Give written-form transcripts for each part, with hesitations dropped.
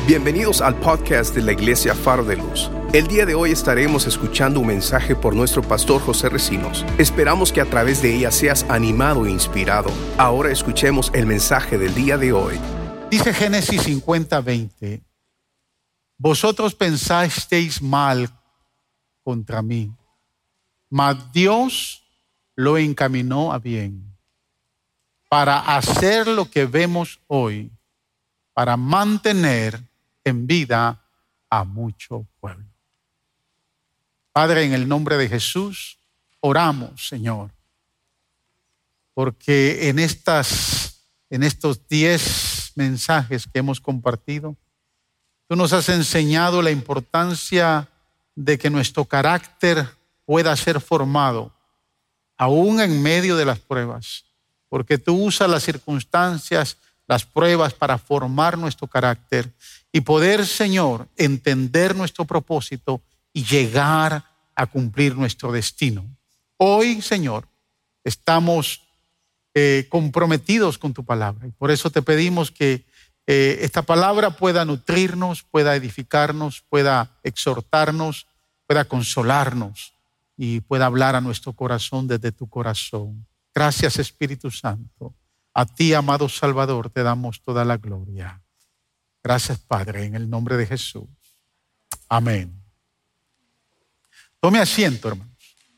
Bienvenidos al podcast de la Iglesia Faro de Luz. El día de hoy estaremos escuchando un mensaje por nuestro pastor José Recinos. Esperamos que a través de ella seas animado e inspirado. Ahora escuchemos el mensaje del día de hoy. Dice Génesis 50:20: Vosotros pensasteis mal contra mí, mas Dios lo encaminó a bien, para hacer lo que vemos hoy, para mantener en vida a mucho pueblo. Padre, en el nombre de Jesús, oramos, Señor, porque en estos 10 mensajes que hemos compartido, tú nos has enseñado la importancia de que nuestro carácter pueda ser formado, aún en medio de las pruebas, porque tú usas las circunstancias, las pruebas para formar nuestro carácter y poder, Señor, entender nuestro propósito y llegar a cumplir nuestro destino. Hoy, Señor, estamos comprometidos con tu palabra y por eso te pedimos que esta palabra pueda nutrirnos, pueda edificarnos, pueda exhortarnos, pueda consolarnos y pueda hablar a nuestro corazón desde tu corazón. Gracias, Espíritu Santo. A ti, amado Salvador, te damos toda la gloria. Gracias, Padre, en el nombre de Jesús. Amén. Tome asiento, hermanos.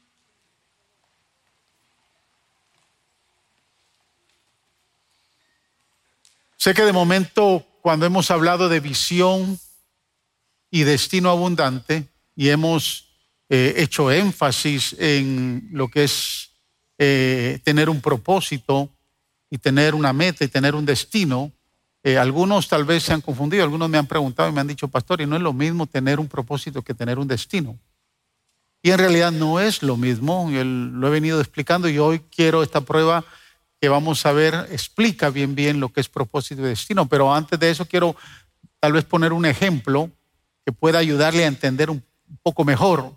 Sé que de momento, cuando hemos hablado de visión y destino abundante y hemos hecho énfasis en lo que es tener un propósito y tener una meta y tener un destino, algunos tal vez se han confundido, algunos me han preguntado y me han dicho: pastor, y no es lo mismo tener un propósito que tener un destino. Y en realidad no es lo mismo, lo he venido explicando y hoy quiero esta prueba que vamos a ver, explica bien lo que es propósito y destino. Pero antes de eso quiero tal vez poner un ejemplo que pueda ayudarle a entender un poco mejor.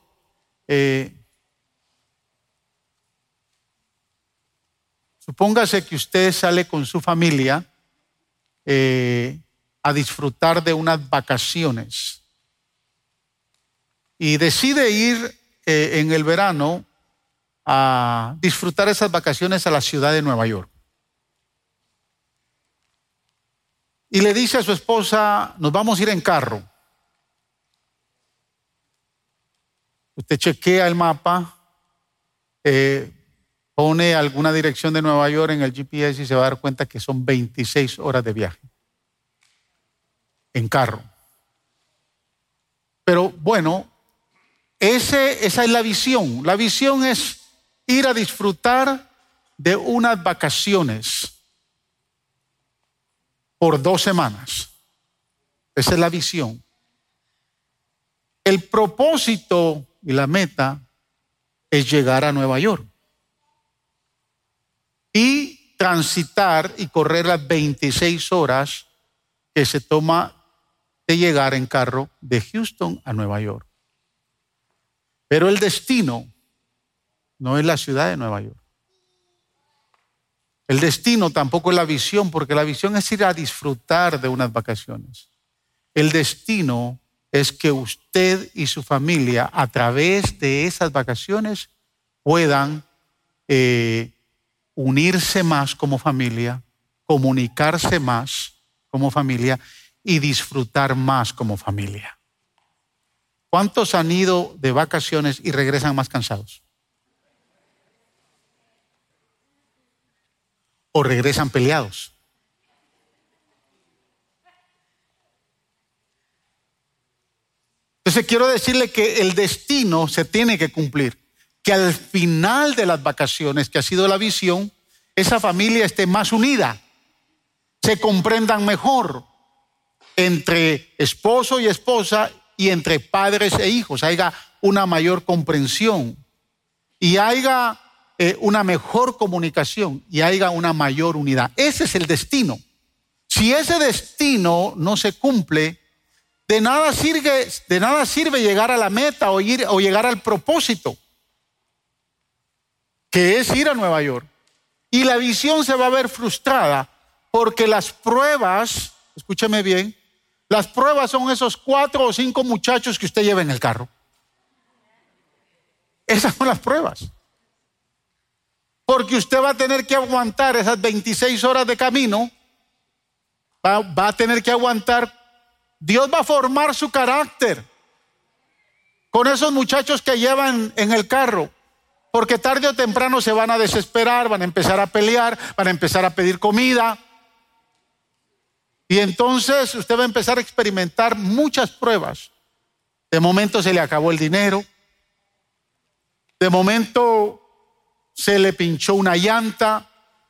Supóngase que usted sale con su familia a disfrutar de unas vacaciones y decide ir en el verano a disfrutar esas vacaciones a la ciudad de Nueva York. Y le dice a su esposa: nos vamos a ir en carro. Usted chequea el mapa, pone alguna dirección de Nueva York en el GPS y se va a dar cuenta que son 26 horas de viaje en carro. Pero bueno, esa es la visión. La visión es ir a disfrutar de unas vacaciones por 2 semanas. Esa es la visión. El propósito y la meta es llegar a Nueva York y transitar y correr las 26 horas que se toma de llegar en carro de Houston a Nueva York. Pero el destino no es la ciudad de Nueva York. El destino tampoco es la visión, porque la visión es ir a disfrutar de unas vacaciones. El destino es que usted y su familia, a través de esas vacaciones, puedan unirse más como familia, comunicarse más como familia y disfrutar más como familia. ¿Cuántos han ido de vacaciones y regresan más cansados? ¿O regresan peleados? Entonces quiero decirle que el destino se tiene que cumplir. Que al final de las vacaciones, que ha sido la visión, esa familia esté más unida, se comprendan mejor entre esposo y esposa y entre padres e hijos, haya una mayor comprensión y haya una mejor comunicación y haya una mayor unidad. Ese es el destino. Si ese destino no se cumple, de nada sirve llegar a la meta o llegar al propósito, que es ir a Nueva York. Y la visión se va a ver frustrada porque las pruebas, escúchame bien, Las pruebas son esos 4 o 5 muchachos que usted lleva en el carro. Esas son las pruebas. Porque usted va a tener que aguantar esas 26 horas de camino. Va a tener que aguantar. Dios va a formar su carácter con esos muchachos que llevan en el carro. Porque tarde o temprano se van a desesperar, van a empezar a pelear, van a empezar a pedir comida. Y entonces usted va a empezar a experimentar muchas pruebas. De momento se le acabó el dinero. De momento se le pinchó una llanta.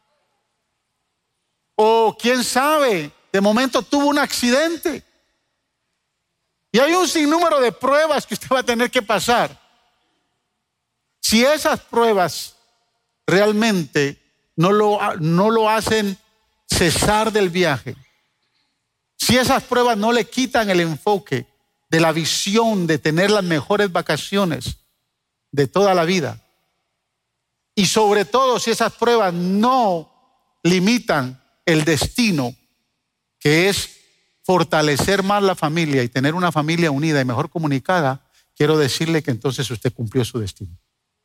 O quién sabe, de momento tuvo un accidente. Y hay un sinnúmero de pruebas que usted va a tener que pasar. Si esas pruebas realmente no lo hacen cesar del viaje, si esas pruebas no le quitan el enfoque de la visión de tener las mejores vacaciones de toda la vida, y sobre todo si esas pruebas no limitan el destino, que es fortalecer más la familia y tener una familia unida y mejor comunicada, quiero decirle que entonces usted cumplió su destino.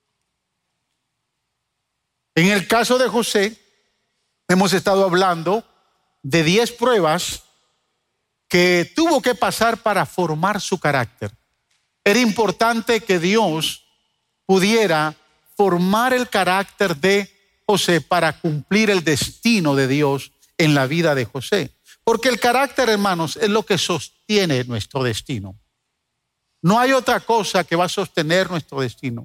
En el caso de José, hemos estado hablando de 10 pruebas que tuvo que pasar para formar su carácter. Era importante que Dios pudiera formar el carácter de José para cumplir el destino de Dios en la vida de José. Porque el carácter, hermanos, es lo que sostiene nuestro destino. No hay otra cosa que va a sostener nuestro destino.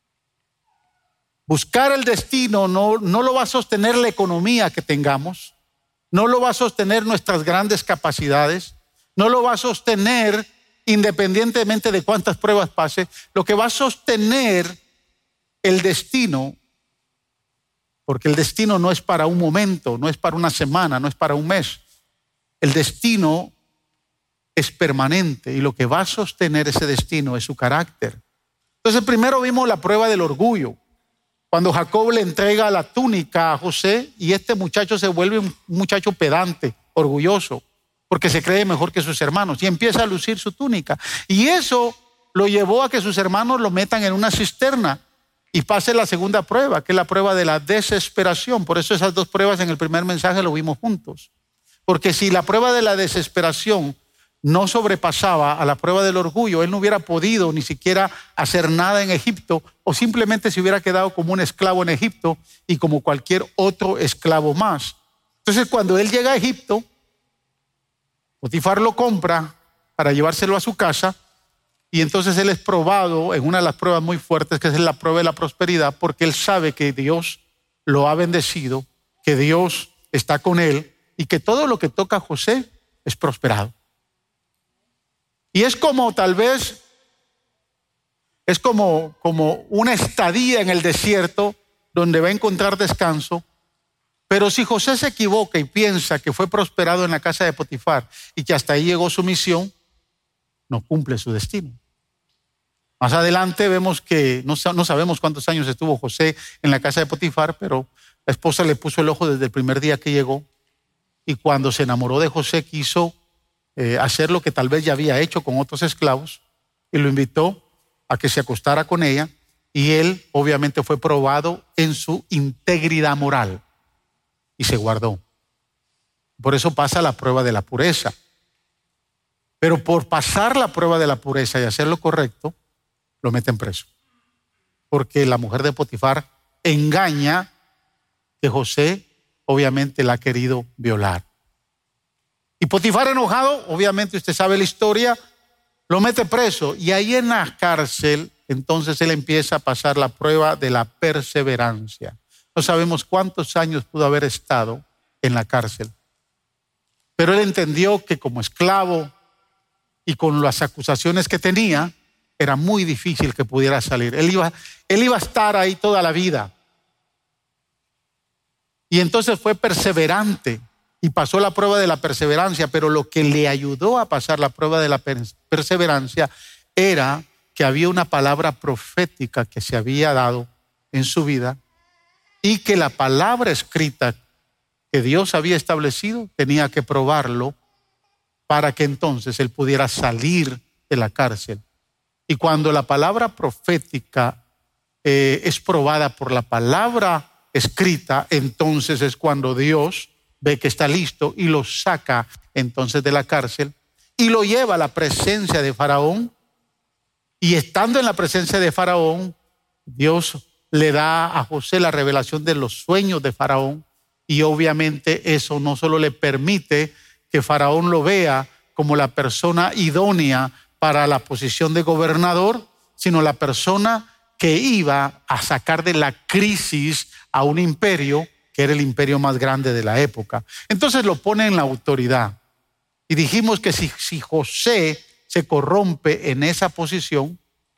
Buscar el destino no lo va a sostener la economía que tengamos, no lo va a sostener nuestras grandes capacidades, no lo va a sostener independientemente de cuántas pruebas pase. Lo que va a sostener el destino, porque el destino no es para un momento, no es para una semana, no es para un mes. El destino es permanente y lo que va a sostener ese destino es su carácter. Entonces primero vimos la prueba del orgullo. Cuando Jacob le entrega la túnica a José y este muchacho se vuelve un muchacho pedante, orgulloso, porque se cree mejor que sus hermanos y empieza a lucir su túnica. Y eso lo llevó a que sus hermanos lo metan en una cisterna y pase la segunda prueba, que es la prueba de la desesperación. Por eso esas 2 pruebas en el primer mensaje lo vimos juntos. Porque si la prueba de la desesperación no sobrepasaba a la prueba del orgullo, él no hubiera podido ni siquiera hacer nada en Egipto, o simplemente se hubiera quedado como un esclavo en Egipto y como cualquier otro esclavo más. Entonces cuando él llega a Egipto, Potifar lo compra para llevárselo a su casa y entonces él es probado en una de las pruebas muy fuertes, que es la prueba de la prosperidad, porque él sabe que Dios lo ha bendecido, que Dios está con él y que todo lo que toca a José es prosperado. Y es como tal vez, es como una estadía en el desierto donde va a encontrar descanso. Pero si José se equivoca y piensa que fue prosperado en la casa de Potifar y que hasta ahí llegó su misión, no cumple su destino. Más adelante vemos que no sabemos cuántos años estuvo José en la casa de Potifar, pero la esposa le puso el ojo desde el primer día que llegó y cuando se enamoró de José quiso hacer lo que tal vez ya había hecho con otros esclavos y lo invitó a que se acostara con ella y él obviamente fue probado en su integridad moral y se guardó. Por eso pasa la prueba de la pureza. Pero por pasar la prueba de la pureza y hacer lo correcto, lo meten preso. Porque la mujer de Potifar engaña que José obviamente la ha querido violar. Y Potifar enojado, obviamente usted sabe la historia, lo mete preso. Y ahí en la cárcel, entonces él empieza a pasar la prueba de la perseverancia. No sabemos cuántos años pudo haber estado en la cárcel. Pero él entendió que como esclavo y con las acusaciones que tenía, era muy difícil que pudiera salir. Él iba a estar ahí toda la vida. Y entonces fue perseverante y pasó la prueba de la perseverancia, pero lo que le ayudó a pasar la prueba de la perseverancia era que había una palabra profética que se había dado en su vida y que la palabra escrita que Dios había establecido tenía que probarlo para que entonces él pudiera salir de la cárcel. Y cuando la palabra profética es probada por la palabra escrita, entonces es cuando Dios ve que está listo y lo saca entonces de la cárcel y lo lleva a la presencia de Faraón. Y estando en la presencia de Faraón, Dios le da a José la revelación de los sueños de Faraón, y obviamente eso no solo le permite que Faraón lo vea como la persona idónea para la posición de gobernador, sino la persona que iba a sacar de la crisis a un imperio que era el imperio más grande de la época. Entonces lo pone en la autoridad. Y dijimos que si José se corrompe en esa posición,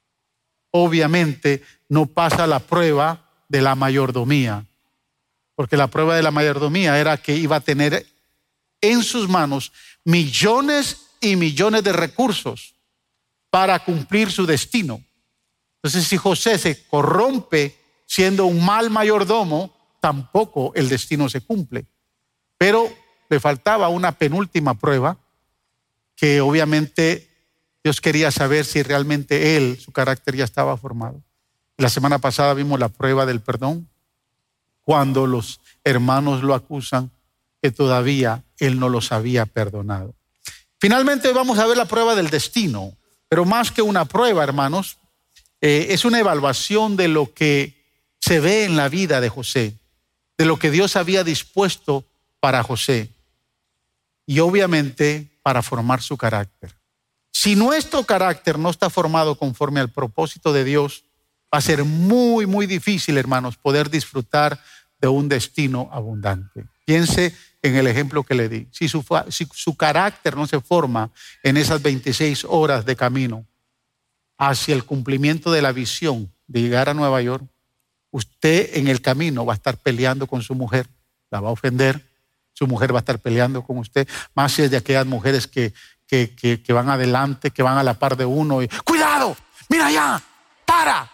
obviamente no pasa la prueba de la mayordomía. Porque la prueba de la mayordomía era que iba a tener en sus manos millones y millones de recursos para cumplir su destino. Entonces, si José se corrompe siendo un mal mayordomo, tampoco el destino se cumple. Pero le faltaba una penúltima prueba que obviamente Dios quería saber si realmente él, su carácter ya estaba formado. La semana pasada vimos la prueba del perdón, cuando los hermanos lo acusan que todavía él no los había perdonado. Finalmente vamos a ver la prueba del destino, pero más que una prueba, hermanos, es una evaluación de lo que se ve en la vida de José, de lo que Dios había dispuesto para José y obviamente para formar su carácter. Si nuestro carácter no está formado conforme al propósito de Dios, va a ser muy, muy difícil, hermanos, poder disfrutar de un destino abundante. Piense en el ejemplo que le di. Si su carácter no se forma en esas 26 horas de camino hacia el cumplimiento de la visión de llegar a Nueva York, usted en el camino va a estar peleando con su mujer, la va a ofender, su mujer va a estar peleando con usted, más si es de aquellas mujeres que van adelante, que van a la par de uno y ¡cuidado! ¡Mira allá! ¡Para!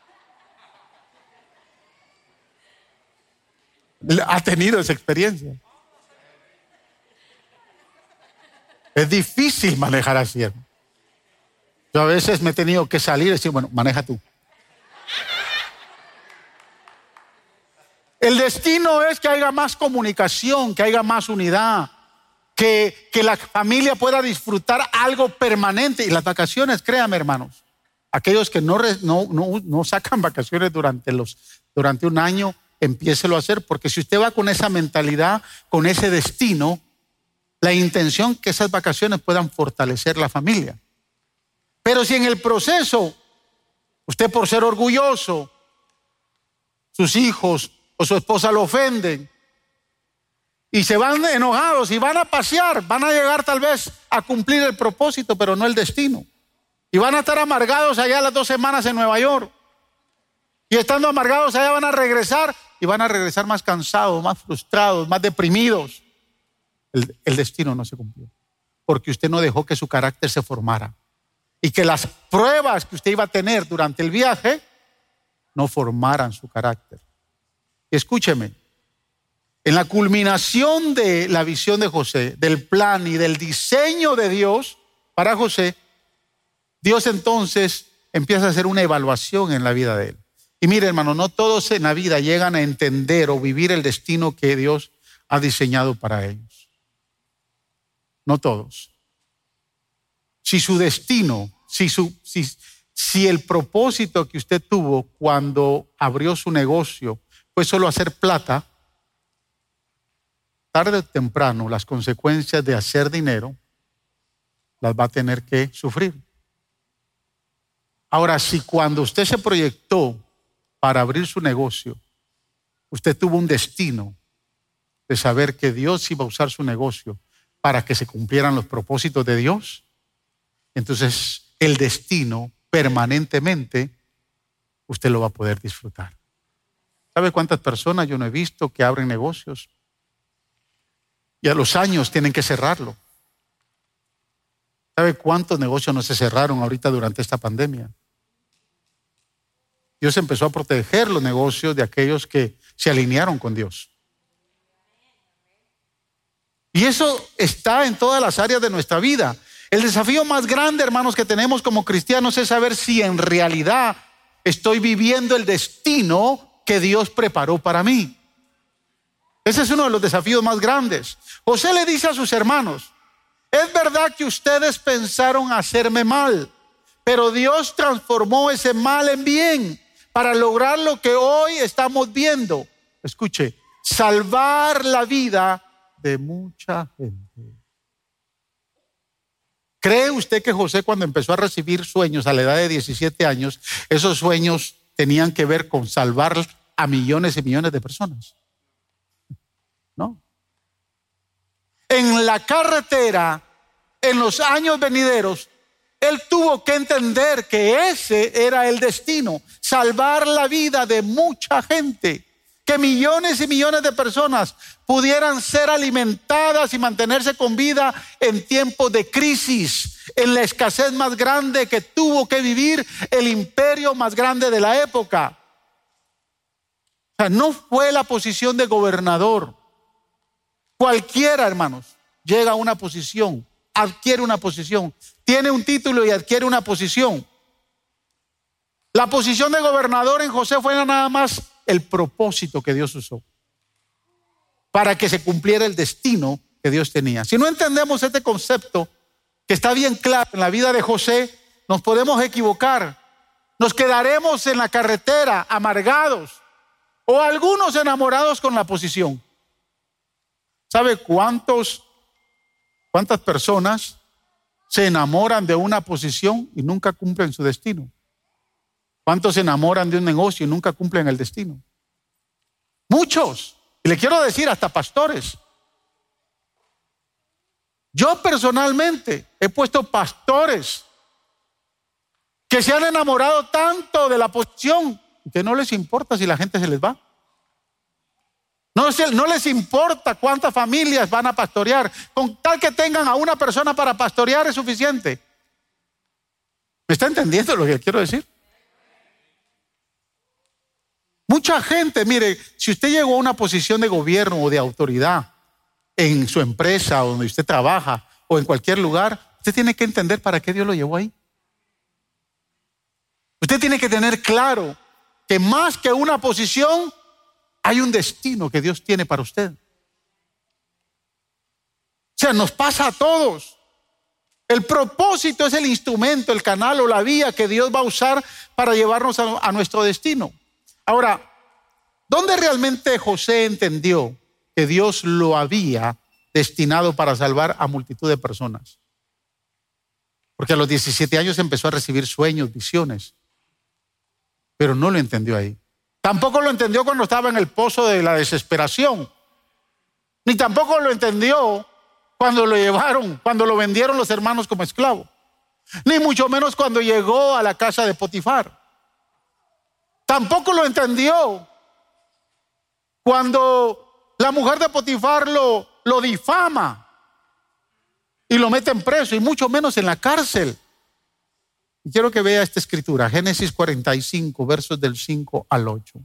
¿Ha tenido esa experiencia? Es difícil manejar así. Yo a veces me he tenido que salir y decir, bueno, maneja tú. El destino es que haya más comunicación, que haya más unidad, que la familia pueda disfrutar algo permanente. Y las vacaciones, créanme, hermanos, aquellos que no sacan vacaciones durante un año, empiécelo a hacer, porque si usted va con esa mentalidad, con ese destino, la intención que esas vacaciones puedan fortalecer la familia. Pero si en el proceso, usted por ser orgulloso, sus hijos o su esposa lo ofenden y se van enojados y van a pasear, van a llegar tal vez a cumplir el propósito, pero no el destino. Y van a estar amargados allá las 2 semanas en Nueva York. Y estando amargados allá van a regresar y van a regresar más cansados, más frustrados, más deprimidos. El destino no se cumplió porque usted no dejó que su carácter se formara y que las pruebas que usted iba a tener durante el viaje no formaran su carácter. Escúcheme, en la culminación de la visión de José, del plan y del diseño de Dios para José, Dios entonces empieza a hacer una evaluación en la vida de él. Y mire, hermano, no todos en la vida llegan a entender o vivir el destino que Dios ha diseñado para ellos. No todos. Si su destino, si el propósito que usted tuvo cuando abrió su negocio fue solo hacer plata, tarde o temprano las consecuencias de hacer dinero las va a tener que sufrir. Ahora, si cuando usted se proyectó para abrir su negocio, usted tuvo un destino de saber que Dios iba a usar su negocio para que se cumplieran los propósitos de Dios, entonces el destino permanentemente usted lo va a poder disfrutar. ¿Sabe cuántas personas yo no he visto que abren negocios y a los años tienen que cerrarlo? ¿Sabe cuántos negocios no se cerraron ahorita durante esta pandemia? Dios empezó a proteger los negocios de aquellos que se alinearon con Dios. Y Y eso está en todas las áreas de nuestra vida. El desafío más grande, hermanos, que tenemos como cristianos es saber si en realidad estoy viviendo el destino que Dios preparó para mí. Ese es uno de los desafíos más grandes. José le dice a sus hermanos: es verdad que ustedes pensaron hacerme mal, pero Dios transformó ese mal en bien para lograr lo que hoy estamos viendo. Escuche, salvar la vida de mucha gente. ¿Cree usted que José, cuando empezó a recibir sueños a la edad de 17 años, esos sueños tenían que ver con salvar a millones y millones de personas? No. En la carretera, en los años venideros, él tuvo que entender que ese era el destino: salvar la vida de mucha gente, que millones y millones de personas pudieran ser alimentadas y mantenerse con vida en tiempos de crisis, en la escasez más grande que tuvo que vivir el imperio más grande de la época. O sea, no fue la posición de gobernador. Cualquiera, hermanos, llega a una posición, adquiere una posición, tiene un título y adquiere una posición. La posición de gobernador en José fue nada más el propósito que Dios usó para que se cumpliera el destino que Dios tenía. Si no entendemos este concepto, que está bien claro en la vida de José, nos podemos equivocar. Nos quedaremos en la carretera amargados, o algunos enamorados con la posición. ¿Sabe cuántas personas se enamoran de una posición y nunca cumplen su destino? ¿Cuántos se enamoran de un negocio y nunca cumplen el destino? Muchos. Y le quiero decir, hasta pastores. Yo personalmente he puesto pastores que se han enamorado tanto de la posición que no les importa si la gente se les va. No les importa cuántas familias van a pastorear. Con tal que tengan a una persona para pastorear es suficiente. ¿Me está entendiendo lo que quiero decir? Mucha gente, mire, si usted llegó a una posición de gobierno o de autoridad en su empresa o donde usted trabaja o en cualquier lugar, usted tiene que entender para qué Dios lo llevó ahí. Usted tiene que tener claro que más que una posición, hay un destino que Dios tiene para usted. O sea, nos pasa a todos. El propósito es el instrumento, el canal o la vía que Dios va a usar para llevarnos a nuestro destino. Ahora, ¿dónde realmente José entendió que Dios lo había destinado para salvar a multitud de personas? Porque a los 17 años empezó a recibir sueños, visiones, pero no lo entendió ahí. Tampoco lo entendió cuando estaba en el pozo de la desesperación, ni tampoco lo entendió cuando lo llevaron, cuando lo vendieron los hermanos como esclavo, ni mucho menos cuando llegó a la casa de Potifar. Tampoco lo entendió cuando la mujer de Potifar lo difama y lo meten preso, y mucho menos en la cárcel. Y quiero que vea esta escritura, Génesis 45, versos del 5 al 8.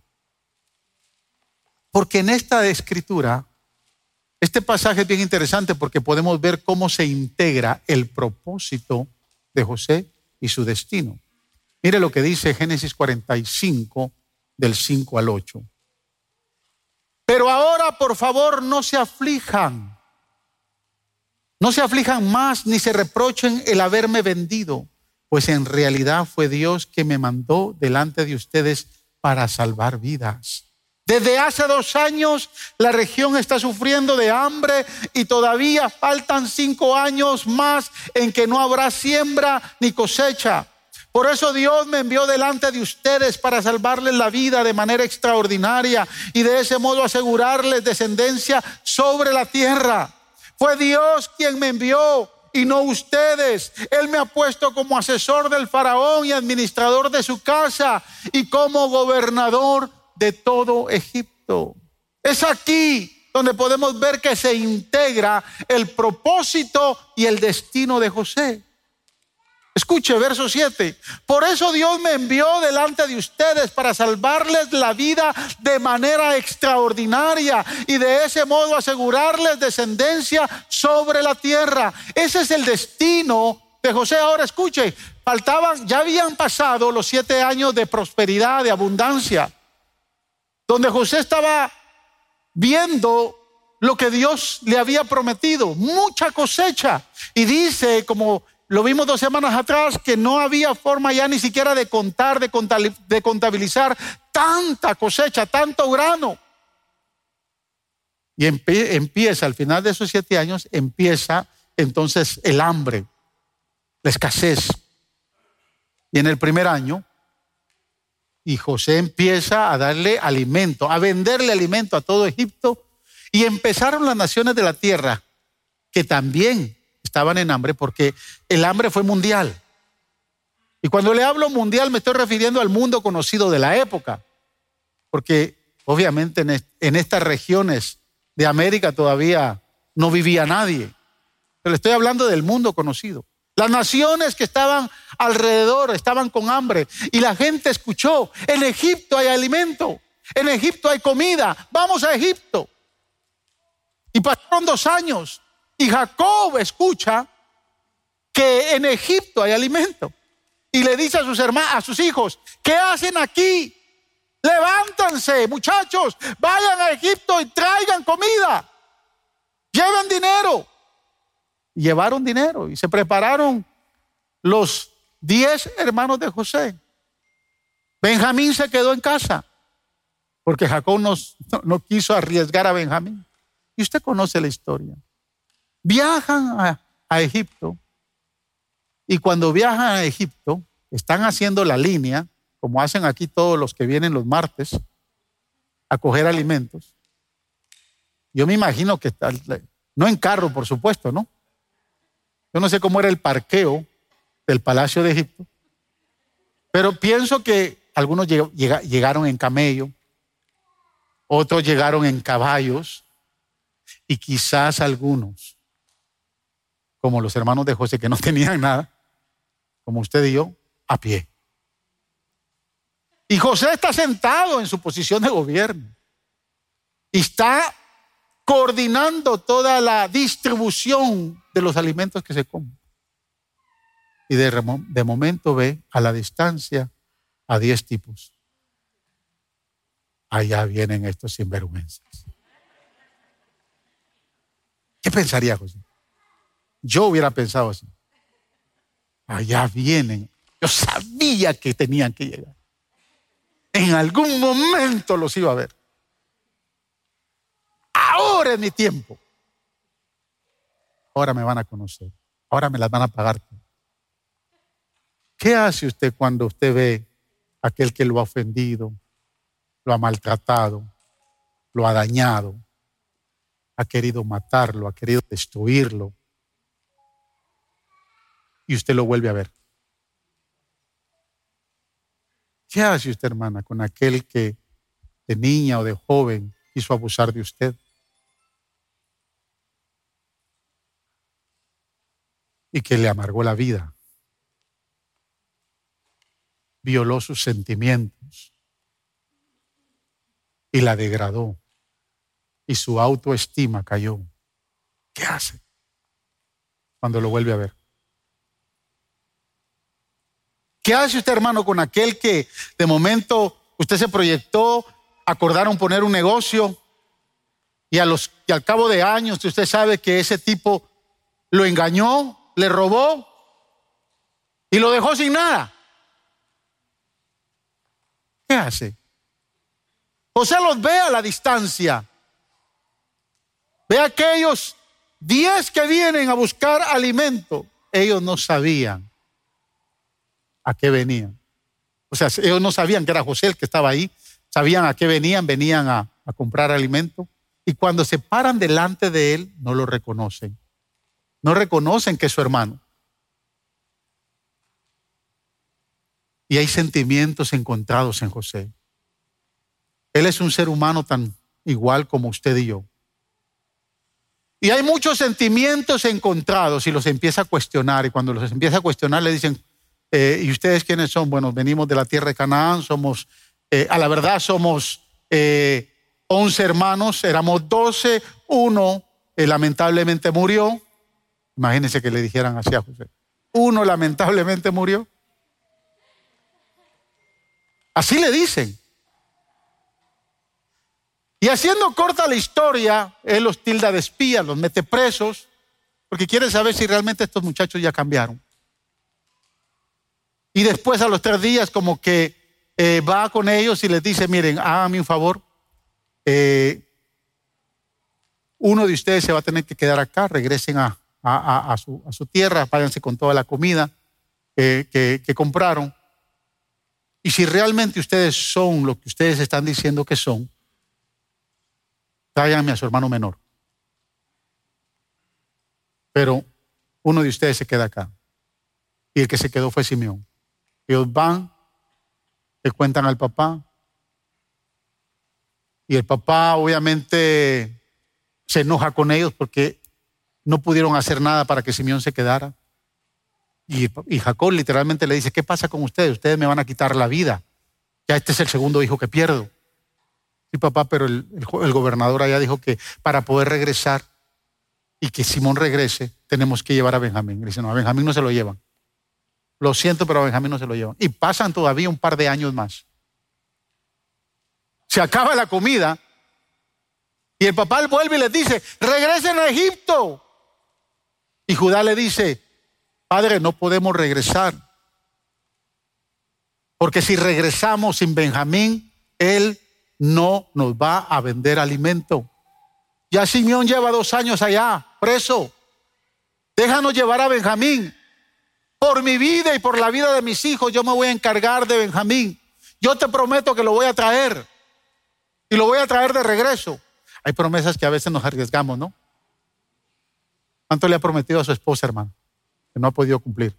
Porque en esta escritura, este pasaje es bien interesante porque podemos ver cómo se integra el propósito de José y su destino. Mire lo que dice Génesis 45, del 5 al 8. Pero ahora, por favor, no se aflijan. No se aflijan más ni se reprochen el haberme vendido, pues en realidad fue Dios que me mandó delante de ustedes para salvar vidas. Desde hace 2 años la región está sufriendo de hambre y todavía faltan 5 años más en que no habrá siembra ni cosecha. Por eso Dios me envió delante de ustedes para salvarles la vida de manera extraordinaria y de ese modo asegurarles descendencia sobre la tierra. Fue Dios quien me envió y no ustedes. Él me ha puesto como asesor del faraón y administrador de su casa y como gobernador de todo Egipto. Es aquí donde podemos ver que se integra el propósito y el destino de José. Escuche, verso 7. Por eso Dios me envió delante de ustedes para salvarles la vida de manera extraordinaria y de ese modo asegurarles descendencia sobre la tierra. Ese es el destino de José. Ahora escuche, ya habían pasado los 7 años de prosperidad, de abundancia, donde José estaba viendo lo que Dios le había prometido, mucha cosecha. Y dice, como lo vimos 2 semanas atrás, que no había forma ya ni siquiera de contar, de contabilizar tanta cosecha, tanto grano. Y empieza, al final de esos 7 años, empieza entonces el hambre, la escasez. Y en el primer año, y José empieza a darle alimento, a venderle alimento a todo Egipto. Y empezaron las naciones de la tierra que también estaban en hambre, porque el hambre fue mundial. Y cuando le hablo mundial me estoy refiriendo al mundo conocido de la época, porque obviamente en estas regiones de América todavía no vivía nadie. Pero le estoy hablando del mundo conocido. Las naciones que estaban alrededor estaban con hambre y la gente escuchó: en Egipto hay alimento, en Egipto hay comida, vamos a Egipto. Y pasaron 2 años y Jacob escucha que en Egipto hay alimento y le dice a sus hermanos, a sus hijos: ¿qué hacen aquí? Levántanse, muchachos, vayan a Egipto y traigan comida, lleven dinero. Y llevaron dinero y se prepararon los 10 hermanos de José. Benjamín se quedó en casa porque Jacob no quiso arriesgar a Benjamín. Y usted conoce la historia. Viajan a Egipto y cuando viajan a Egipto están haciendo la línea, como hacen aquí todos los que vienen los martes a coger alimentos. Yo me imagino que no en carro, por supuesto, ¿no? Yo no sé cómo era el parqueo del Palacio de Egipto, pero pienso que algunos llegaron en camello, otros llegaron en caballos, y quizás algunos, como los hermanos de José, que no tenían nada, como usted y yo, a pie. Y José está sentado en su posición de gobierno y está coordinando toda la distribución de los alimentos que se comen. Y de momento ve a la distancia a 10 tipos. Allá vienen estos sinvergüenzas. ¿Qué pensaría José? Yo hubiera pensado así. Allá vienen. Yo sabía que tenían que llegar. En algún momento los iba a ver. Ahora es mi tiempo. Ahora me van a conocer. Ahora me las van a pagar. ¿Qué hace usted cuando usted ve a aquel que lo ha ofendido, lo ha maltratado, lo ha dañado, ha querido matarlo, ha querido destruirlo, y usted lo vuelve a ver? ¿Qué hace usted, hermana, con aquel que de niña o de joven quiso abusar de usted? Y que le amargó la vida, violó sus sentimientos y la degradó y su autoestima cayó. ¿Qué hace cuando lo vuelve a ver? ¿Qué hace usted, hermano, con aquel que de momento usted se proyectó, acordaron poner un negocio y al cabo de años usted sabe que ese tipo lo engañó, le robó y lo dejó sin nada? ¿Qué hace? José los ve a la distancia. Ve a aquellos 10 que vienen a buscar alimento. Ellos no sabían a qué venían. O sea, ellos no sabían que era José el que estaba ahí. Sabían a qué venían. Venían a comprar alimento. Y cuando se paran delante de él, no lo reconocen. No reconocen que es su hermano. Y hay sentimientos encontrados en José. Él es un ser humano tan igual como usted y yo. Y hay muchos sentimientos encontrados y los empieza a cuestionar. Y cuando los empieza a cuestionar le dicen: ¿Y ustedes quiénes son? Bueno, venimos de la tierra de Canaán, somos, a la verdad somos 11 hermanos, éramos 12, uno lamentablemente murió. Imagínense que le dijeran así a José. Uno lamentablemente murió. Así le dicen. Y haciendo corta la historia, él los tilda de espías, los mete presos, porque quiere saber si realmente estos muchachos ya cambiaron. Y después a los 3 días como que va con ellos y les dice, miren, háganme un favor, uno de ustedes se va a tener que quedar acá, regresen a su tierra, váyanse con toda la comida que compraron. Y si realmente ustedes son lo que ustedes están diciendo que son, tráiganme a su hermano menor. Pero uno de ustedes se queda acá. Y el que se quedó fue Simeón. Ellos van, le cuentan al papá. Y el papá obviamente se enoja con ellos porque no pudieron hacer nada para que Simeón se quedara. Y Jacob literalmente le dice, ¿qué pasa con ustedes? Ustedes me van a quitar la vida. Ya este es el segundo hijo que pierdo. Sí, papá, pero el gobernador allá dijo que para poder regresar y que Simón regrese, tenemos que llevar a Benjamín. Le dice, no, a Benjamín no se lo llevan. Lo siento, pero a Benjamín no se lo llevan. Y pasan todavía un par de años más. Se acaba la comida y el papá vuelve y les dice, regresen a Egipto. Y Judá le dice, padre, no podemos regresar. Porque si regresamos sin Benjamín, él no nos va a vender alimento. Ya Simeón lleva 2 años allá, preso. Déjanos llevar a Benjamín. Por mi vida y por la vida de mis hijos, yo me voy a encargar de Benjamín. Yo te prometo que lo voy a traer. Y lo voy a traer de regreso. Hay promesas que a veces nos arriesgamos, ¿no? ¿Cuánto le ha prometido a su esposa, hermano? Que no ha podido cumplir.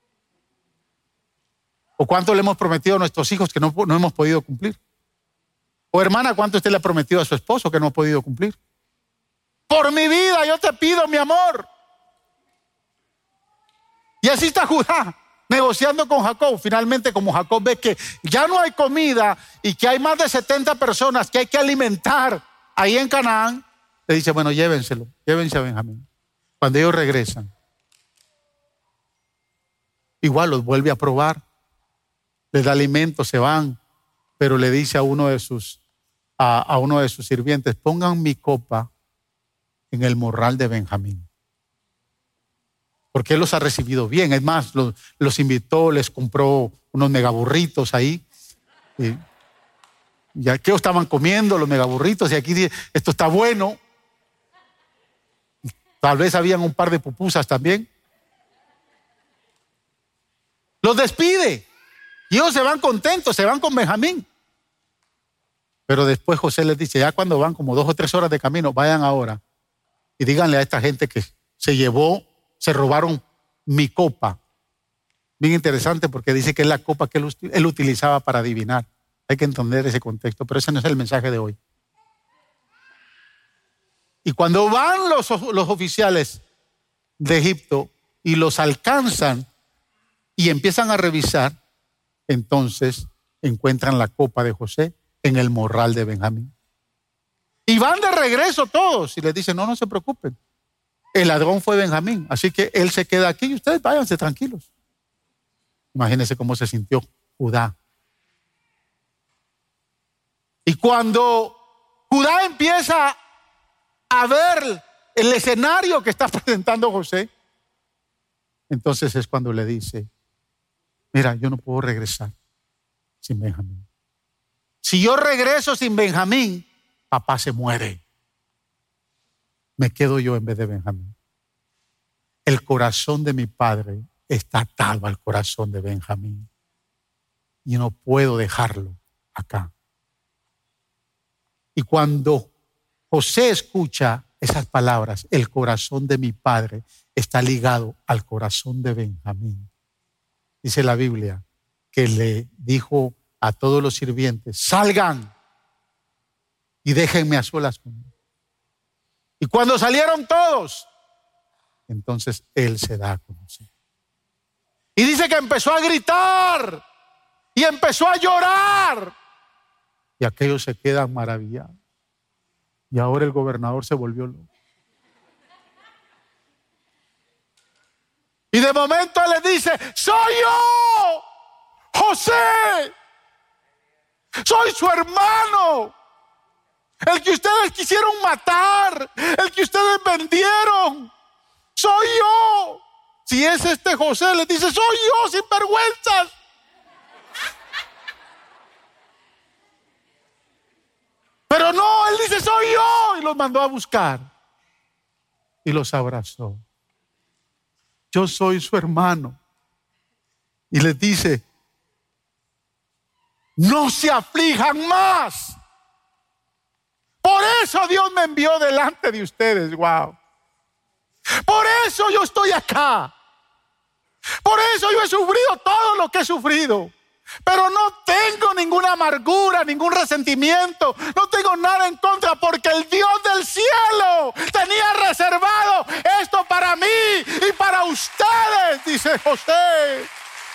¿O cuánto le hemos prometido a nuestros hijos que no hemos podido cumplir? O hermana, ¿cuánto usted le ha prometido a su esposo que no ha podido cumplir? Por mi vida, yo te pido, mi amor. Y así está Judá, negociando con Jacob. Finalmente, como Jacob ve que ya no hay comida y que hay más de 70 personas que hay que alimentar ahí en Canaán, le dice, bueno, llévense a Benjamín. Cuando ellos regresan, igual los vuelve a probar, les da alimento, se van, pero le dice a uno de sus sirvientes, pongan mi copa en el morral de Benjamín. Porque él los ha recibido bien. Es más, los invitó, les compró unos megaburritos ahí. Y ya que estaban comiendo los megaburritos y aquí esto está bueno. Tal vez habían un par de pupusas también. Los despide. Y ellos se van contentos, se van con Benjamín. Pero después José les dice, ya cuando van como 2 o 3 horas de camino, vayan ahora y díganle a esta gente que se robaron mi copa. Bien interesante porque dice que es la copa que él utilizaba para adivinar. Hay que entender ese contexto, pero ese no es el mensaje de hoy. Y cuando van los oficiales de Egipto y los alcanzan y empiezan a revisar, entonces encuentran la copa de José en el morral de Benjamín. Y van de regreso todos y les dicen, no se preocupen. El ladrón fue Benjamín, así que él se queda aquí y ustedes váyanse tranquilos. Imagínense cómo se sintió Judá. Y cuando Judá empieza a ver el escenario que está presentando José, entonces es cuando le dice, mira, yo no puedo regresar sin Benjamín. Si yo regreso sin Benjamín, papá se muere. Me quedo yo en vez de Benjamín. El corazón de mi padre está atado al corazón de Benjamín. Y no puedo dejarlo acá. Y cuando José escucha esas palabras, el corazón de mi padre está ligado al corazón de Benjamín. Dice la Biblia que le dijo a todos los sirvientes, salgan y déjenme a solas conmigo. Y cuando salieron todos, entonces él se da a conocer. Y dice que empezó a gritar y empezó a llorar. Y aquellos se quedan maravillados. Y ahora el gobernador se volvió loco. Y de momento él le dice: soy yo, José. Soy su hermano. El que ustedes quisieron matar. El que ustedes vendieron. Soy yo. Si es este José, le dice: soy yo, sin vergüenzas. Pero no, él dice: soy yo. Y los mandó a buscar. Y los abrazó. Yo soy su hermano. Y les dice: no se aflijan más. Por eso Dios me envió delante de ustedes. Wow. Por eso yo estoy acá. Por eso yo he sufrido todo lo que he sufrido. Pero no tengo ninguna amargura, ningún resentimiento. No tengo nada en contra, porque el Dios del cielo tenía reservado esto para mí y para ustedes, dice José,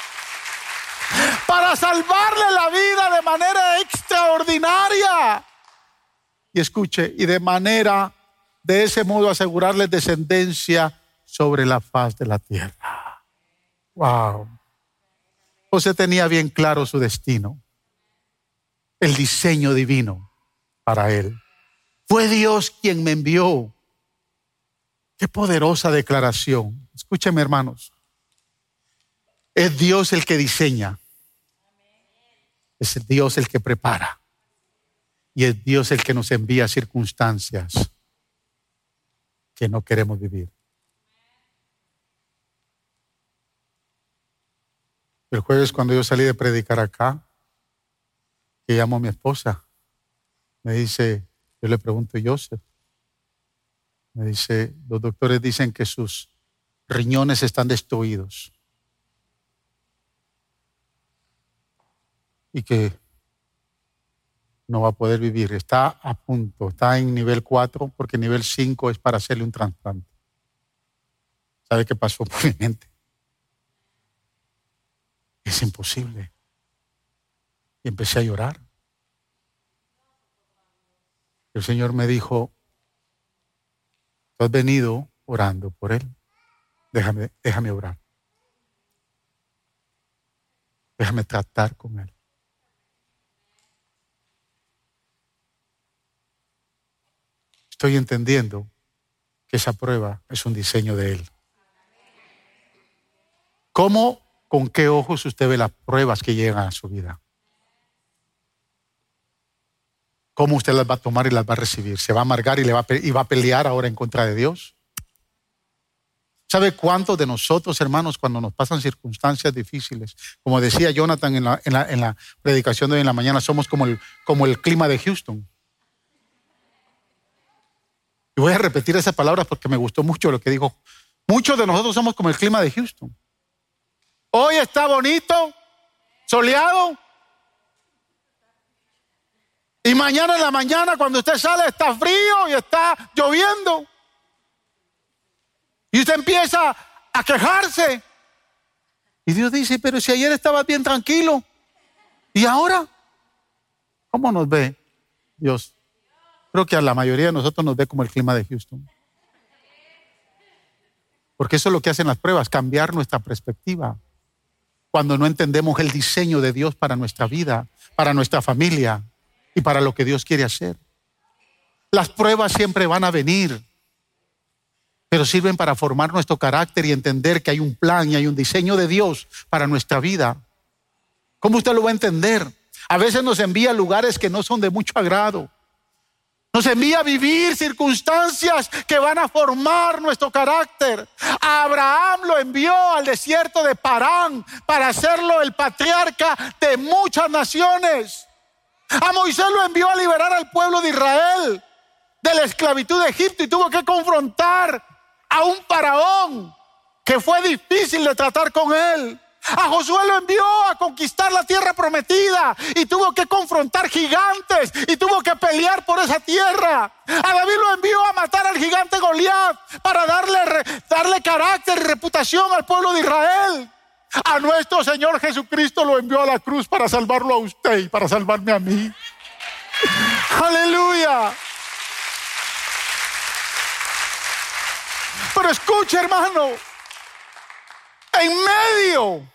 para salvarle la vida de manera extraordinaria. Y escuche, y de ese modo asegurarles descendencia sobre la faz de la tierra. Wow. José tenía bien claro su destino, el diseño divino para él. Fue Dios quien me envió. Qué poderosa declaración. Escúcheme, hermanos. Es Dios el que diseña. Es Dios el que prepara. Y es Dios el que nos envía circunstancias que no queremos vivir. El jueves, cuando yo salí de predicar acá, que llamo a mi esposa, me dice, yo le pregunto a Joseph, me dice: los doctores dicen que sus riñones están destruidos y que no va a poder vivir. Está a punto, está en nivel 4, porque nivel 5 es para hacerle un trasplante. ¿Sabe qué pasó por mi mente? Es imposible. Y empecé a llorar. El Señor me dijo: tú has venido orando por él. Déjame orar. Déjame tratar con él. Estoy entendiendo que esa prueba es un diseño de él. ¿Cómo? ¿Con qué ojos usted ve las pruebas que llegan a su vida? ¿Cómo usted las va a tomar y las va a recibir? ¿Se va a amargar y va a pelear ahora en contra de Dios? ¿Sabe cuántos de nosotros, hermanos, cuando nos pasan circunstancias difíciles, como decía Jonathan en la predicación de hoy en la mañana, somos como el clima de Houston? Y voy a repetir esas palabras porque me gustó mucho lo que dijo. Muchos de nosotros somos como el clima de Houston. Hoy está bonito, soleado. Y mañana en la mañana, cuando usted sale, está frío y está lloviendo. Y usted empieza a quejarse. Y Dios dice: pero si ayer estabas bien tranquilo, ¿y ahora? ¿Cómo nos ve Dios? Creo que a la mayoría de nosotros nos ve como el clima de Houston. Porque eso es lo que hacen las pruebas, cambiar nuestra perspectiva. Cuando no entendemos el diseño de Dios para nuestra vida, para nuestra familia y para lo que Dios quiere hacer. Las pruebas siempre van a venir, pero sirven para formar nuestro carácter y entender que hay un plan y hay un diseño de Dios para nuestra vida. ¿Cómo usted lo va a entender? A veces nos envía a lugares que no son de mucho agrado. Nos envía a vivir circunstancias que van a formar nuestro carácter. A Abraham lo envió al desierto de Parán para hacerlo el patriarca de muchas naciones. A Moisés lo envió a liberar al pueblo de Israel de la esclavitud de Egipto y tuvo que confrontar a un faraón que fue difícil de tratar con él. A Josué lo envió a conquistar la tierra prometida y tuvo que confrontar gigantes y tuvo que pelear por esa tierra. A David lo envió a matar al gigante Goliat para darle carácter y reputación al pueblo de Israel. A nuestro Señor Jesucristo lo envió a la cruz para salvarlo a usted y para salvarme a mí. Aleluya. Pero escuche, hermano, en medio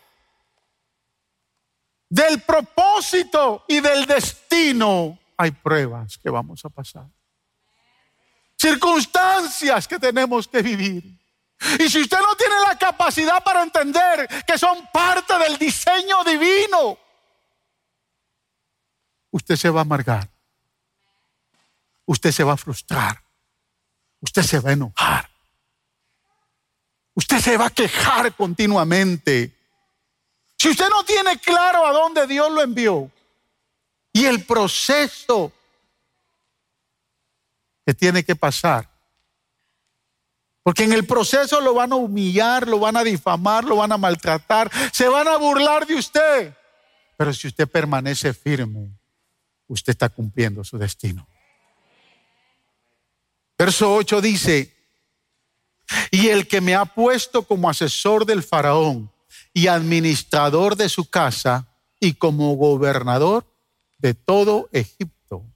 del propósito y del destino hay pruebas que vamos a pasar, circunstancias que tenemos que vivir. Y si usted no tiene la capacidad para entender que son parte del diseño divino, usted se va a amargar, usted se va a frustrar, usted se va a enojar, usted se va a quejar continuamente. Si usted no tiene claro a dónde Dios lo envió y el proceso que tiene que pasar, porque en el proceso lo van a humillar, lo van a difamar, lo van a maltratar, se van a burlar de usted. Pero si usted permanece firme, usted está cumpliendo su destino. Verso 8 dice: y el que me ha puesto como asesor del faraón y administrador de su casa y como gobernador de todo Egipto.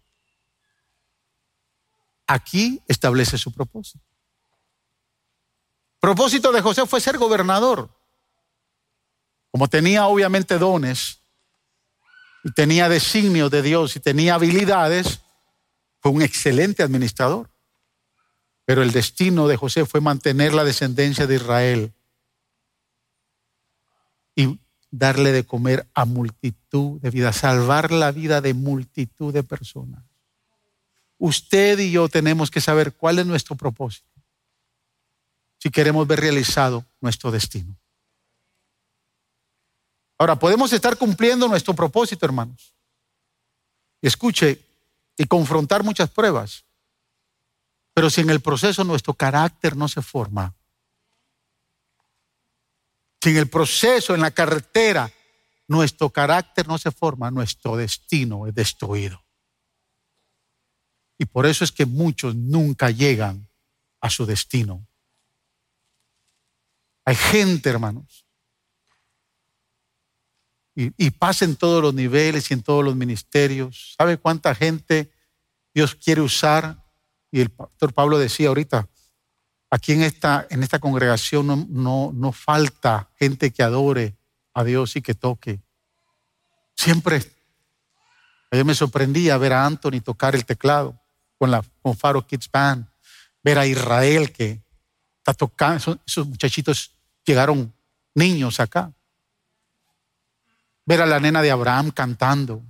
Aquí establece su propósito. Propósito de José fue ser gobernador. Como tenía obviamente dones y tenía designios de Dios y tenía habilidades, fue un excelente administrador. Pero el destino de José fue mantener la descendencia de Israel y darle de comer a multitud de vidas, salvar la vida de multitud de personas. Usted y yo tenemos que saber cuál es nuestro propósito si queremos ver realizado nuestro destino. Ahora, podemos estar cumpliendo nuestro propósito, hermanos. Y escuche, y confrontar muchas pruebas. Pero si en el proceso nuestro carácter no se forma, si en el proceso, en la carretera, nuestro carácter no se forma, nuestro destino es destruido. Y por eso es que muchos nunca llegan a su destino. Hay gente, hermanos, y pasa en todos los niveles y en todos los ministerios. ¿Sabe cuánta gente Dios quiere usar? Y el pastor Pablo decía ahorita, aquí en esta congregación no falta gente que adore a Dios y que toque. Siempre. Ayer me sorprendía ver a Anthony tocar el teclado con Faro Kids Band, ver a Israel que está tocando. Esos muchachitos llegaron niños acá. Ver a la nena de Abraham cantando.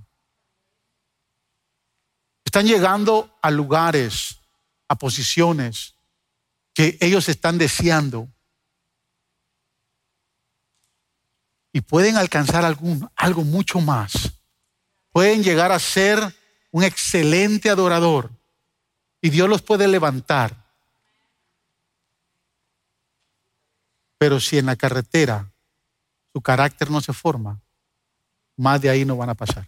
Están llegando a lugares, a posiciones que ellos están deseando y pueden alcanzar algo mucho más. Pueden llegar a ser un excelente adorador y Dios los puede levantar. Pero si en la carretera su carácter no se forma, más de ahí no van a pasar.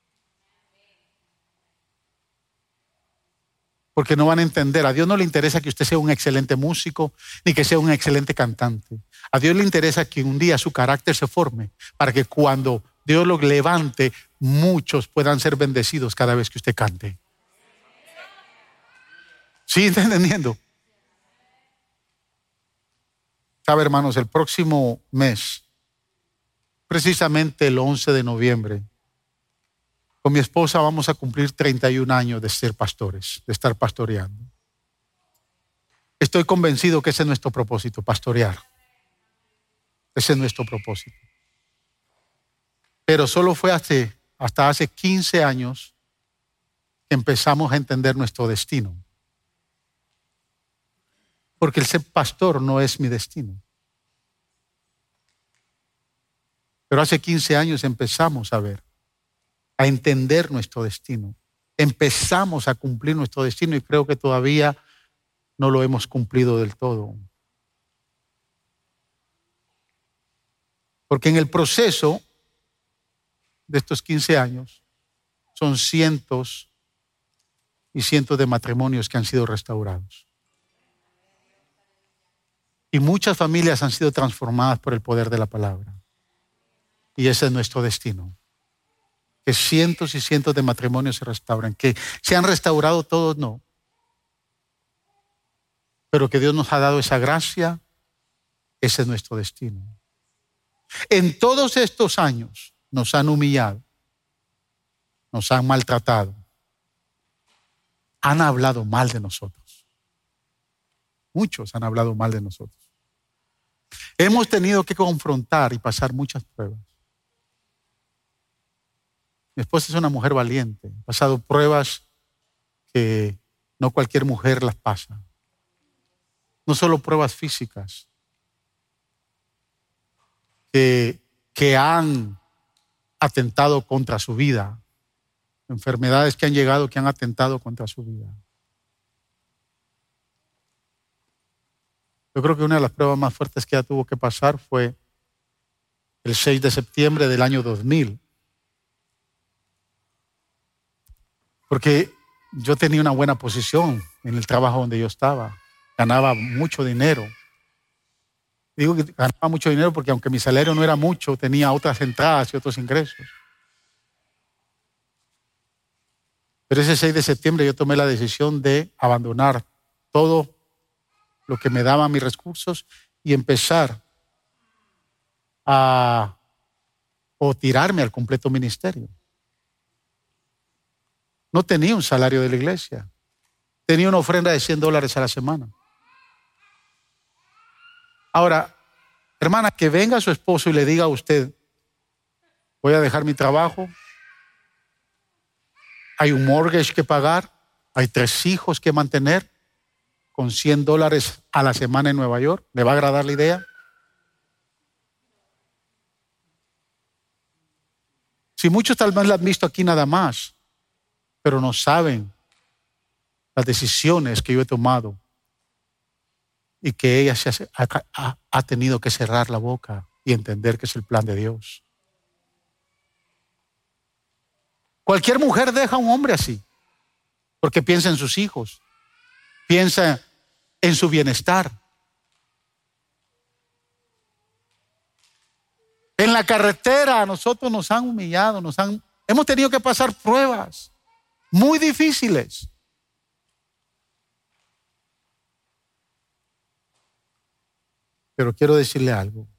Porque no van a entender. A Dios no le interesa que usted sea un excelente músico, ni que sea un excelente cantante. A Dios le interesa que un día su carácter se forme, para que cuando Dios lo levante, muchos puedan ser bendecidos cada vez que usted cante. ¿Sí está entendiendo? Sabe, hermanos, el próximo mes, precisamente el 11 de noviembre, con mi esposa vamos a cumplir 31 años de ser pastores, de estar pastoreando. Estoy convencido que ese es nuestro propósito, pastorear. Ese es nuestro propósito. Pero solo fue hasta hace 15 años que empezamos a entender nuestro destino. Porque el ser pastor no es mi destino. Pero hace 15 años empezamos a ver, a entender nuestro destino. Empezamos a cumplir nuestro destino y creo que todavía no lo hemos cumplido del todo. Porque en el proceso de estos 15 años son cientos y cientos de matrimonios que han sido restaurados. Y muchas familias han sido transformadas por el poder de la palabra. Y ese es nuestro destino. Que cientos y cientos de matrimonios se restauren. Que se han restaurado todos, no. Pero que Dios nos ha dado esa gracia, ese es nuestro destino. En todos estos años nos han humillado, nos han maltratado, han hablado mal de nosotros. Muchos han hablado mal de nosotros. Hemos tenido que confrontar y pasar muchas pruebas. Mi esposa es una mujer valiente. Ha pasado pruebas que no cualquier mujer las pasa. No solo pruebas físicas que han atentado contra su vida. Enfermedades que han llegado que han atentado contra su vida. Yo creo que una de las pruebas más fuertes que ella tuvo que pasar fue el 6 de septiembre del año 2000. Porque yo tenía una buena posición en el trabajo donde yo estaba. Ganaba mucho dinero. Digo que ganaba mucho dinero porque aunque mi salario no era mucho, tenía otras entradas y otros ingresos. Pero ese 6 de septiembre yo tomé la decisión de abandonar todo lo que me daba mis recursos y empezar o tirarme al completo ministerio. No tenía un salario de la iglesia. Tenía una ofrenda de $100 a la semana. Ahora, hermana, que venga su esposo y le diga a usted, voy a dejar mi trabajo, hay un mortgage que pagar, hay 3 hijos que mantener, con $100 a la semana en Nueva York, ¿le va a agradar la idea? Si muchos tal vez la han visto aquí nada más, pero no saben las decisiones que yo he tomado y que ella ha tenido que cerrar la boca y entender que es el plan de Dios. Cualquier mujer deja a un hombre así, porque piensa en sus hijos, piensa en su bienestar. En la carretera a nosotros nos han humillado, hemos tenido que pasar pruebas muy difíciles. Pero quiero decirle algo.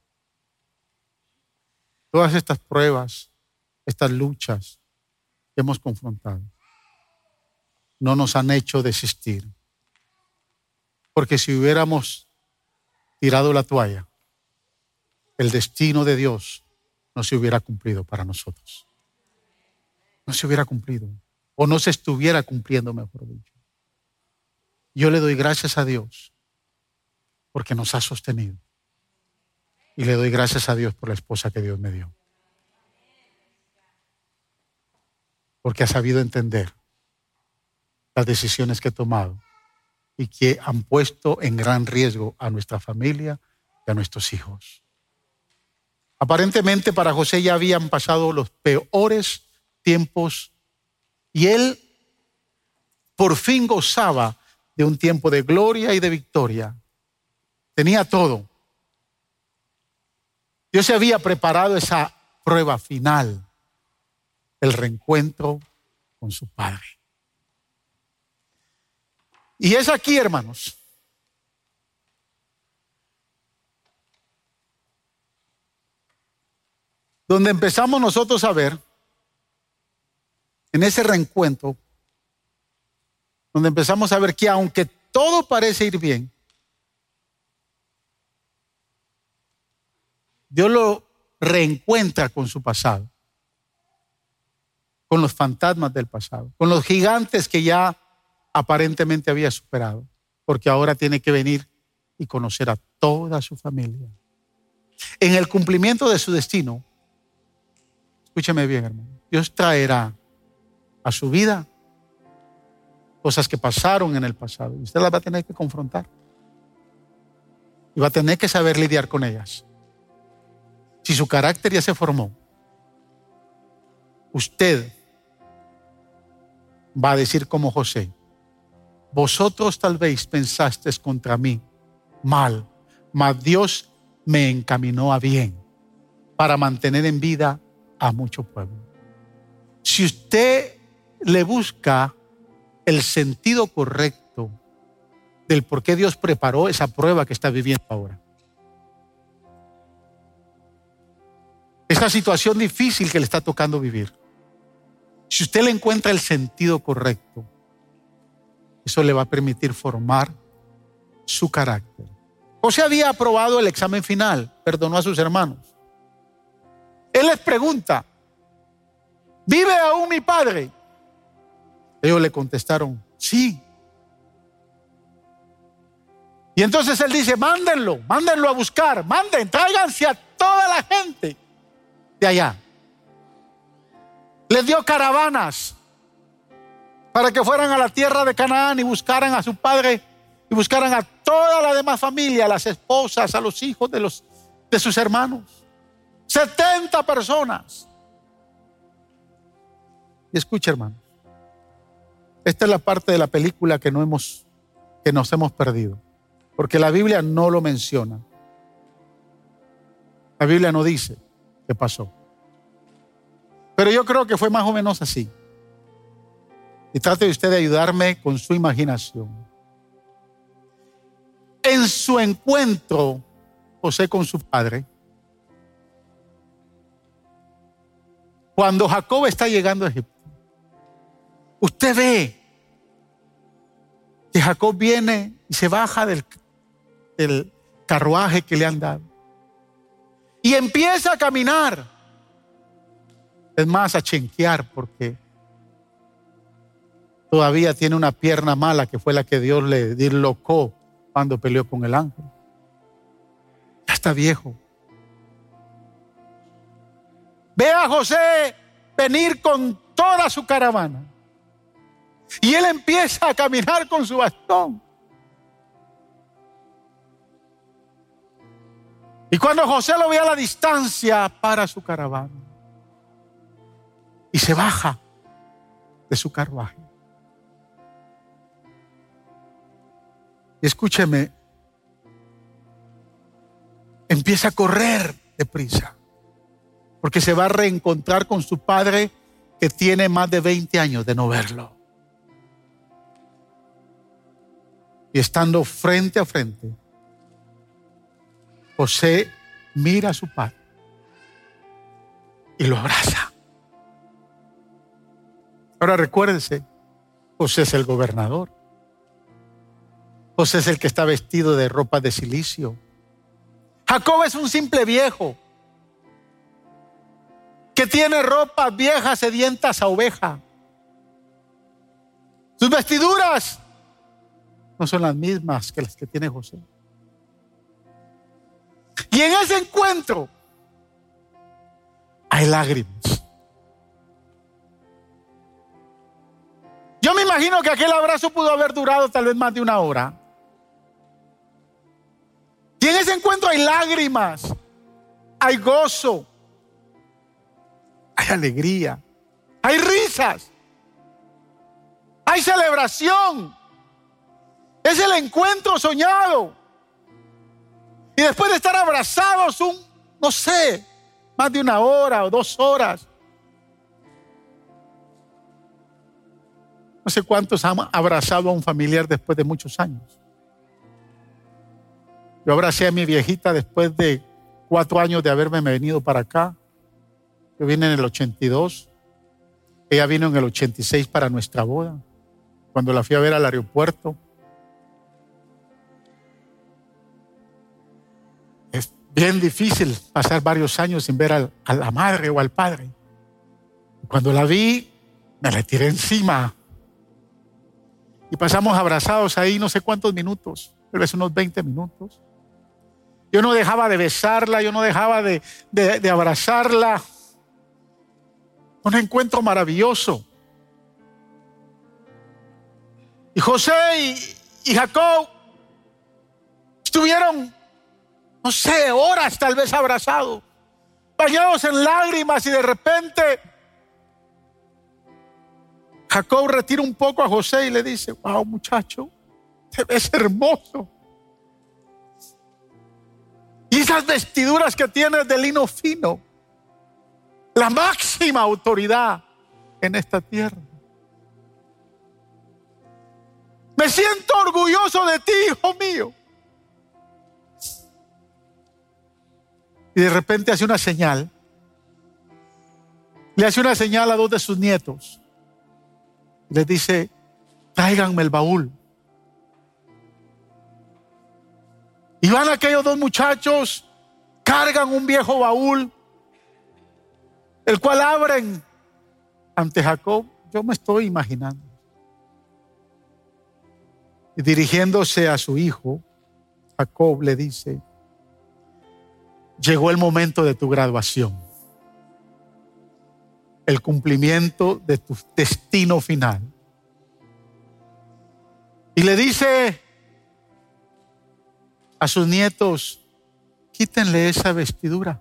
Todas estas pruebas, estas luchas que hemos confrontado, no nos han hecho desistir. Porque si hubiéramos tirado la toalla, el destino de Dios no se hubiera cumplido para nosotros. No se hubiera cumplido. O no se estuviera cumpliendo, mejor dicho. Yo le doy gracias a Dios porque nos ha sostenido. Y le doy gracias a Dios por la esposa que Dios me dio. Porque ha sabido entender las decisiones que he tomado y que han puesto en gran riesgo a nuestra familia y a nuestros hijos. Aparentemente para José ya habían pasado los peores tiempos y él por fin gozaba de un tiempo de gloria y de victoria. Tenía todo. Dios se había preparado esa prueba final, el reencuentro con su padre. Y es aquí, hermanos, donde empezamos nosotros a ver, en ese reencuentro, donde empezamos a ver que aunque todo parece ir bien, Dios lo reencuentra con su pasado, con los fantasmas del pasado, con los gigantes que ya aparentemente había superado, porque ahora tiene que venir y conocer a toda su familia. En el cumplimiento de su destino, escúcheme bien, hermano, Dios traerá a su vida cosas que pasaron en el pasado y usted las va a tener que confrontar y va a tener que saber lidiar con ellas. Si su carácter ya se formó, usted va a decir como José, vosotros tal vez pensasteis contra mí mal, mas Dios me encaminó a bien. para mantener en vida a mucho pueblo. Si usted le busca el sentido correcto del por qué Dios preparó esa prueba que está viviendo ahora, esa situación difícil que le está tocando vivir, si usted le encuentra el sentido correcto, eso le va a permitir formar su carácter. José había aprobado el examen final, perdonó a sus hermanos. Él les pregunta: ¿vive aún mi padre? Ellos le contestaron: sí. Y entonces él dice: mándenlo a buscar, tráiganse a toda la gente de allá. Les dio caravanas para que fueran a la tierra de Canaán y buscaran a su padre y buscaran a toda la demás familia, a las esposas, a los hijos de sus hermanos. 70 personas. Y escucha, hermano, esta es la parte de la película que nos hemos perdido, porque la Biblia no lo menciona. La Biblia no dice qué pasó. Pero yo creo que fue más o menos así. Y trate usted de ayudarme con su imaginación. En su encuentro, José con su padre, cuando Jacob está llegando a Egipto, usted ve que Jacob viene y se baja del carruaje que le han dado y empieza a caminar. Es más, a chenquear, porque todavía tiene una pierna mala que fue la que Dios le dislocó cuando peleó con el ángel. Ya está viejo. Ve a José venir con toda su caravana y él empieza a caminar con su bastón. Y cuando José lo ve a la distancia, para su caravana y se baja de su carruaje. Y escúcheme, empieza a correr deprisa, porque se va a reencontrar con su padre, que tiene más de 20 años de no verlo. Y estando frente a frente, José mira a su padre y lo abraza. Ahora recuérdense, José es el gobernador. José es el que está vestido de ropa de silicio. Jacob es un simple viejo que tiene ropas viejas sedientas a oveja. Sus vestiduras no son las mismas que las que tiene José. Y en ese encuentro hay lágrimas. Yo me imagino que aquel abrazo pudo haber durado tal vez más de una hora. Y en ese encuentro hay lágrimas, hay gozo, hay alegría, hay risas, hay celebración. Es el encuentro soñado. Y después de estar abrazados más de una hora o 2 horas. No sé cuántos han abrazado a un familiar después de muchos años. Yo abracé a mi viejita después de 4 años de haberme venido para acá. Yo vine en el 82. Ella vino en el 86 para nuestra boda, cuando la fui a ver al aeropuerto. Es bien difícil pasar varios años sin ver a la madre o al padre. Cuando la vi, me la tiré encima. Y pasamos abrazados ahí no sé cuántos minutos, tal vez unos 20 minutos. Yo no dejaba de besarla, yo no dejaba de abrazarla. Un encuentro maravilloso. Y José y Jacob estuvieron, no sé, horas tal vez abrazados, bañados en lágrimas, y de repente Jacob retira un poco a José y le dice: wow, muchacho, te ves hermoso. Y esas vestiduras que tienes de lino fino, la máxima autoridad en esta tierra. Me siento orgulloso de ti, hijo mío. Y de repente hace una señal. Le hace una señal a dos de sus nietos. Y les dice: tráiganme el baúl. Y van aquellos dos muchachos, cargan un viejo baúl, el cual abren ante Jacob. Yo me estoy imaginando. Y dirigiéndose a su hijo, Jacob le dice: llegó el momento de tu graduación, el cumplimiento de tu destino final. Y le dice a sus nietos: quítenle esa vestidura.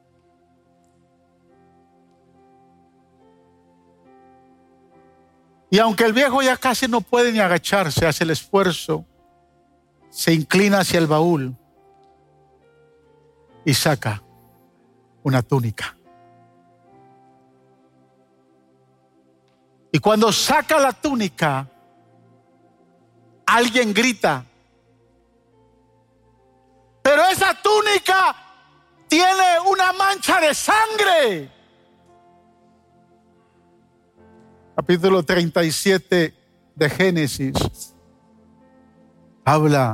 Y aunque el viejo ya casi no puede ni agacharse, hace el esfuerzo, se inclina hacia el baúl y saca una túnica. Y cuando saca la túnica, alguien grita: pero esa túnica tiene una mancha de sangre. Capítulo 37 de Génesis habla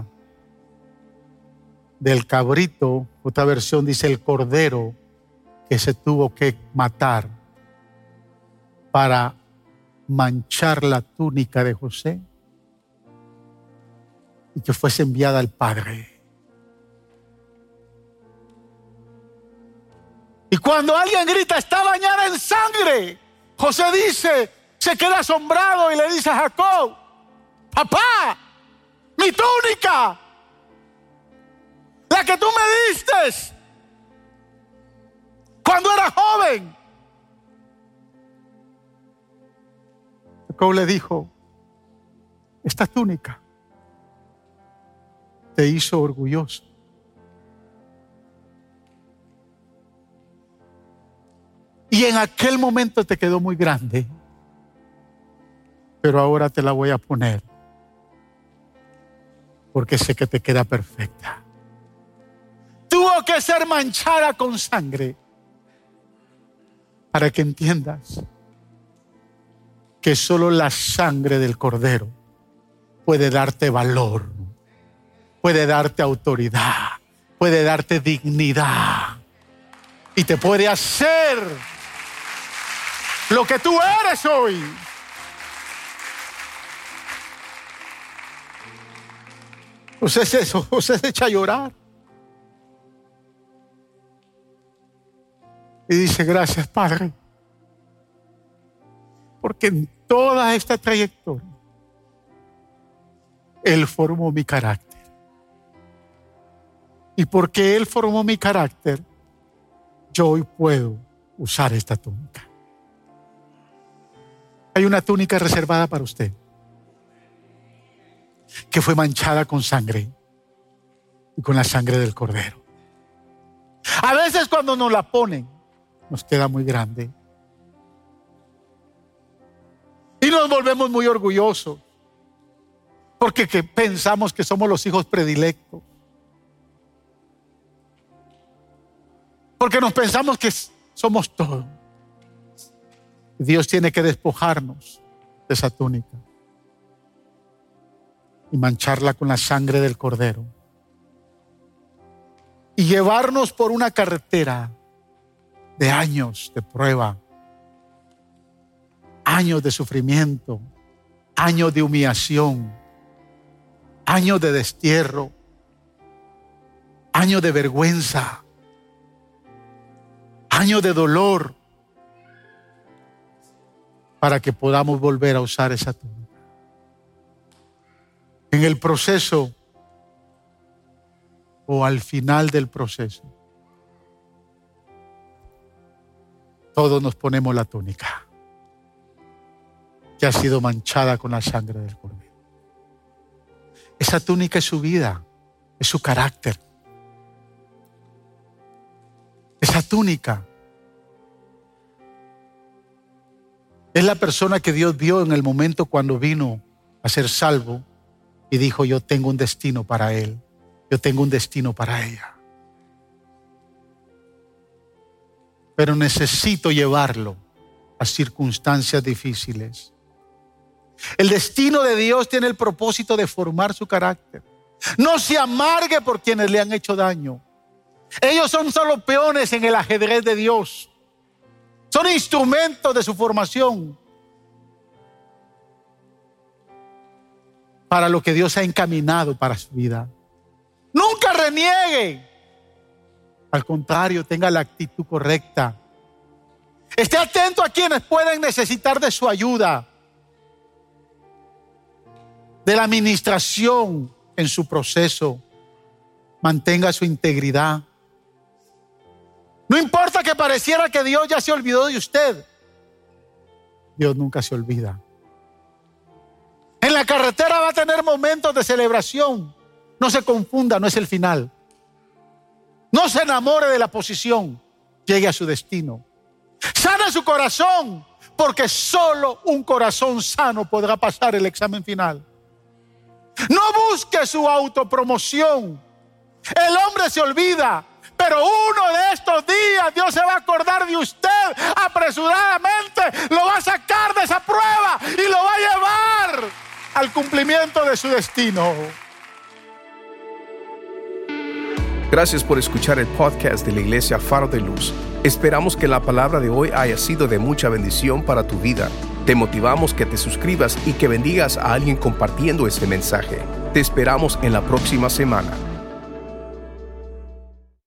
del cabrito. Otra versión dice el cordero que se tuvo que matar para manchar la túnica de José y que fuese enviada al padre. Y cuando alguien grita: está bañada en sangre, José se queda asombrado y le dice a Jacob: papá, mi túnica, la que tú me diste cuando era joven. Jacob le dijo: esta túnica te hizo orgulloso. Y en aquel momento te quedó muy grande, pero ahora te la voy a poner porque sé que te queda perfecta. Tuvo que ser manchada con sangre para que entiendas que solo la sangre del Cordero puede darte valor, puede darte autoridad, puede darte dignidad y te puede hacer lo que tú eres hoy. José se echa a llorar y dice: gracias, Padre, porque en toda esta trayectoria Él formó mi carácter, y porque Él formó mi carácter, yo hoy puedo usar esta túnica. Hay una túnica reservada para usted que fue manchada con sangre y con la sangre del Cordero. A veces cuando nos la ponen nos queda muy grande y nos volvemos muy orgullosos porque pensamos que somos los hijos predilectos, porque nos pensamos que somos todo. Dios tiene que despojarnos de esa túnica y mancharla con la sangre del Cordero y llevarnos por una carretera de años de prueba, años de sufrimiento, años de humillación, años de destierro, años de vergüenza, años de dolor, para que podamos volver a usar esa túnica. En el proceso o al final del proceso, todos nos ponemos la túnica que ha sido manchada con la sangre del Cordero. Esa túnica es su vida, es su carácter. Esa túnica Es la persona que Dios vio en el momento cuando vino a ser salvo y dijo: yo tengo un destino para él, yo tengo un destino para ella. Pero necesito llevarlo a circunstancias difíciles. El destino de Dios tiene el propósito de formar su carácter. No se amargue por quienes le han hecho daño. Ellos son solo peones en el ajedrez de Dios. Son instrumentos de su formación para lo que Dios ha encaminado para su vida. Nunca reniegue. Al contrario, tenga la actitud correcta. Esté atento a quienes pueden necesitar de su ayuda, de la administración en su proceso. Mantenga su integridad. No importa que pareciera que Dios ya se olvidó de usted. Dios nunca se olvida. En la carretera va a tener momentos de celebración. No se confunda, no es el final. No se enamore de la posición. Llegue a su destino. Sana su corazón, porque solo un corazón sano podrá pasar el examen final. No busque su autopromoción. El hombre se olvida, pero uno de estos días Dios se va a acordar de usted apresuradamente. Lo va a sacar de esa prueba y lo va a llevar al cumplimiento de su destino. Gracias por escuchar el podcast de la Iglesia Faro de Luz. Esperamos que la palabra de hoy haya sido de mucha bendición para tu vida. Te motivamos que te suscribas y que bendigas a alguien compartiendo este mensaje. Te esperamos en la próxima semana.